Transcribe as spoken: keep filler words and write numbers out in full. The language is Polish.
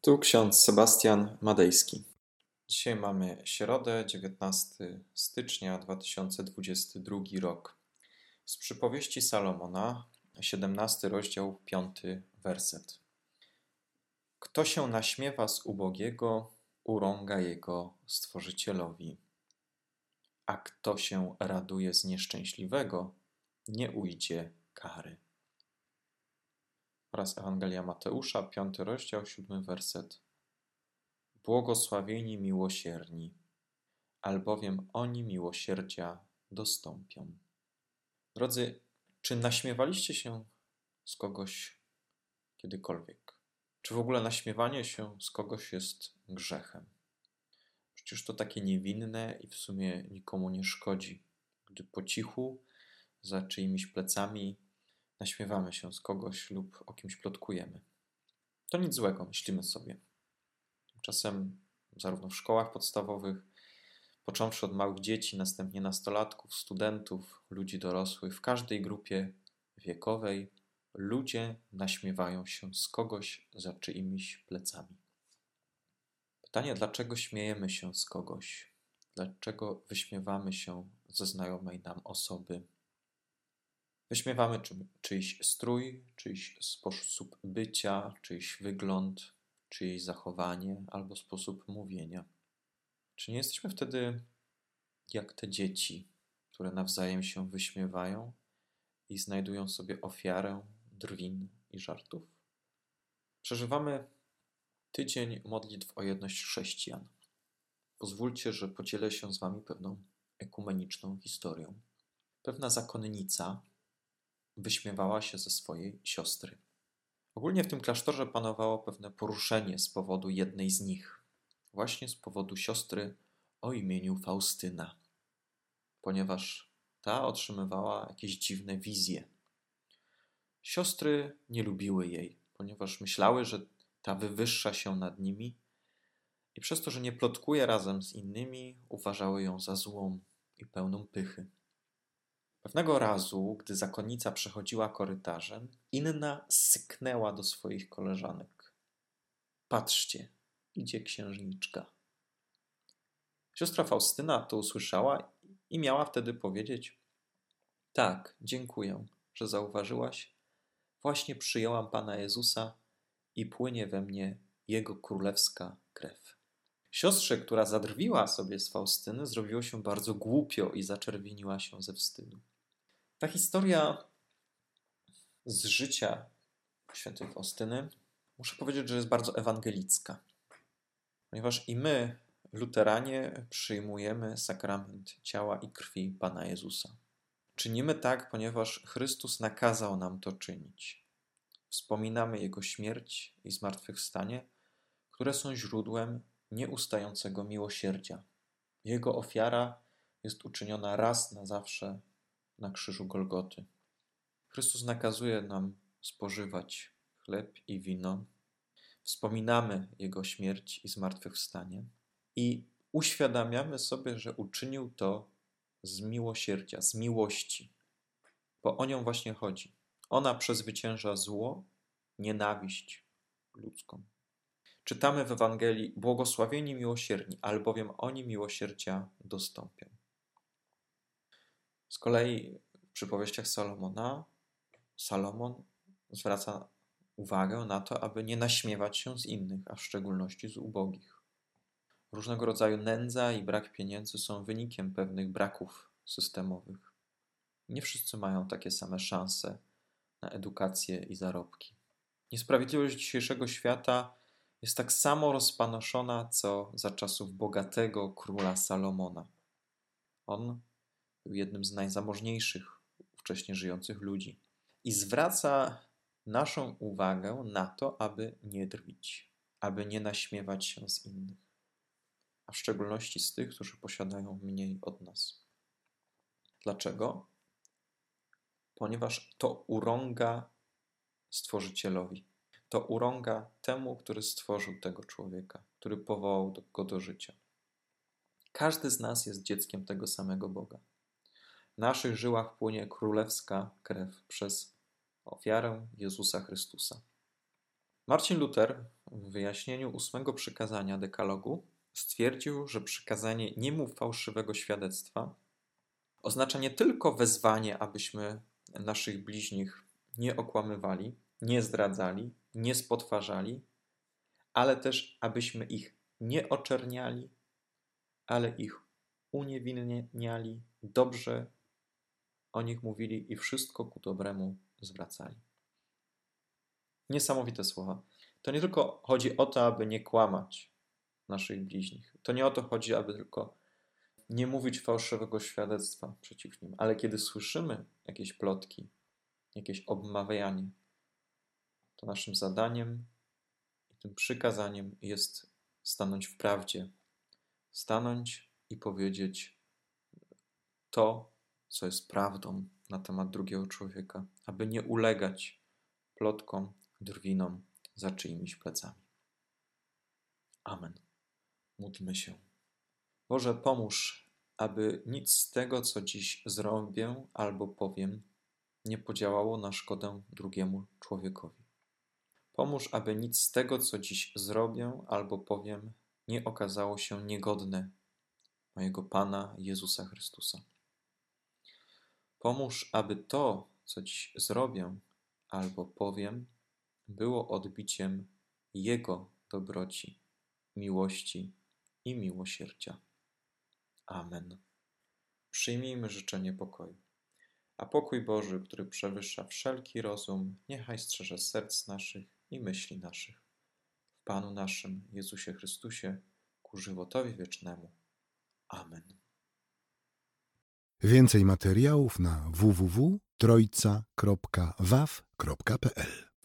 Tu ksiądz Sebastian Madejski. Dzisiaj mamy środę, dziewiętnastego stycznia dwa tysiące dwudziesty drugi rok. Z przypowieści Salomona, siedemnasty rozdział, piąty werset. Kto się naśmiewa z ubogiego, urąga jego Stworzycielowi, a kto się raduje z nieszczęśliwego, nie ujdzie kary. Oraz Ewangelia Mateusza, piąty rozdział, siódmy werset. Błogosławieni miłosierni, albowiem oni miłosierdzia dostąpią. Drodzy, czy naśmiewaliście się z kogoś kiedykolwiek? Czy w ogóle naśmiewanie się z kogoś jest grzechem? Przecież to takie niewinne i w sumie nikomu nie szkodzi, gdy po cichu za czyimiś plecami naśmiewamy się z kogoś lub o kimś plotkujemy. To nic złego, myślimy sobie. Tymczasem zarówno w szkołach podstawowych, począwszy od małych dzieci, następnie nastolatków, studentów, ludzi dorosłych, w każdej grupie wiekowej ludzie naśmiewają się z kogoś za czyimiś plecami. Pytanie, dlaczego śmiejemy się z kogoś? Dlaczego wyśmiewamy się ze znajomej nam osoby? Wyśmiewamy czy, czyjś strój, czyjś sposób bycia, czyjś wygląd, czyjeś zachowanie albo sposób mówienia. Czy nie jesteśmy wtedy jak te dzieci, które nawzajem się wyśmiewają i znajdują sobie ofiarę drwin i żartów? Przeżywamy tydzień modlitw o jedność chrześcijan. Pozwólcie, że podzielę się z wami pewną ekumeniczną historią. Pewna zakonnica wyśmiewała się ze swojej siostry. Ogólnie w tym klasztorze panowało pewne poruszenie z powodu jednej z nich. Właśnie z powodu siostry o imieniu Faustyna. Ponieważ ta otrzymywała jakieś dziwne wizje. Siostry nie lubiły jej, ponieważ myślały, że ta wywyższa się nad nimi i przez to, że nie plotkuje razem z innymi, uważały ją za złą i pełną pychy. Pewnego razu, gdy zakonnica przechodziła korytarzem, inna syknęła do swoich koleżanek. Patrzcie, idzie księżniczka. Siostra Faustyna to usłyszała i miała wtedy powiedzieć: tak, dziękuję, że zauważyłaś. Właśnie przyjęłam Pana Jezusa i płynie we mnie Jego królewska krew. Siostrze, która zadrwiła sobie z Faustyny, zrobiło się bardzo głupio i zaczerwieniła się ze wstydu. Ta historia z życia świętej Faustyny, muszę powiedzieć, że jest bardzo ewangelicka. Ponieważ i my, luteranie, przyjmujemy sakrament ciała i krwi Pana Jezusa. Czynimy tak, ponieważ Chrystus nakazał nam to czynić. Wspominamy Jego śmierć i zmartwychwstanie, które są źródłem nieustającego miłosierdzia. Jego ofiara jest uczyniona raz na zawsze na krzyżu Golgoty. Chrystus nakazuje nam spożywać chleb i wino. Wspominamy Jego śmierć i zmartwychwstanie i uświadamiamy sobie, że uczynił to z miłosierdzia, z miłości, bo o nią właśnie chodzi. Ona przezwycięża zło, nienawiść ludzką. Czytamy w Ewangelii: błogosławieni miłosierni, albowiem oni miłosierdzia dostąpią. Z kolei w przypowieściach Salomona Salomon zwraca uwagę na to, aby nie naśmiewać się z innych, a w szczególności z ubogich. Różnego rodzaju nędza i brak pieniędzy są wynikiem pewnych braków systemowych. Nie wszyscy mają takie same szanse na edukację i zarobki. Niesprawiedliwość dzisiejszego świata jest tak samo rozpanoszona, co za czasów bogatego króla Salomona. On był jednym z najzamożniejszych ówcześnie żyjących ludzi i zwraca naszą uwagę na to, aby nie drwić, aby nie naśmiewać się z innych, a w szczególności z tych, którzy posiadają mniej od nas. Dlaczego? Ponieważ to urąga Stworzycielowi. To urąga temu, który stworzył tego człowieka, który powołał go do życia. Każdy z nas jest dzieckiem tego samego Boga. W naszych żyłach płynie królewska krew przez ofiarę Jezusa Chrystusa. Marcin Luther w wyjaśnieniu ósmego przykazania dekalogu stwierdził, że przykazanie nie mów fałszywego świadectwa oznacza nie tylko wezwanie, abyśmy naszych bliźnich nie okłamywali, nie zdradzali, nie spotwarzali, ale też abyśmy ich nie oczerniali, ale ich uniewinniali, dobrze o nich mówili i wszystko ku dobremu zwracali. Niesamowite słowa. To nie tylko chodzi o to, aby nie kłamać naszych bliźnich. To nie o to chodzi, aby tylko nie mówić fałszywego świadectwa przeciw nim, ale kiedy słyszymy jakieś plotki, jakieś obmawianie, to naszym zadaniem i tym przykazaniem jest stanąć w prawdzie, stanąć i powiedzieć to, co jest prawdą na temat drugiego człowieka, aby nie ulegać plotkom, drwinom za czyimiś plecami. Amen. Módlmy się. Boże, pomóż, aby nic z tego, co dziś zrobię albo powiem, nie podziałało na szkodę drugiemu człowiekowi. Pomóż, aby nic z tego, co dziś zrobię albo powiem, nie okazało się niegodne mojego Pana Jezusa Chrystusa. Pomóż, aby to, co dziś zrobię albo powiem, było odbiciem Jego dobroci, miłości i miłosierdzia. Amen. Przyjmijmy życzenie pokoju. A pokój Boży, który przewyższa wszelki rozum, niechaj strzeże serc naszych i myśli naszych. W Panu naszym Jezusie Chrystusie, ku żywotowi wiecznemu. Amen. Więcej materiałów na w w w kropka trojca kropka w a w kropka p l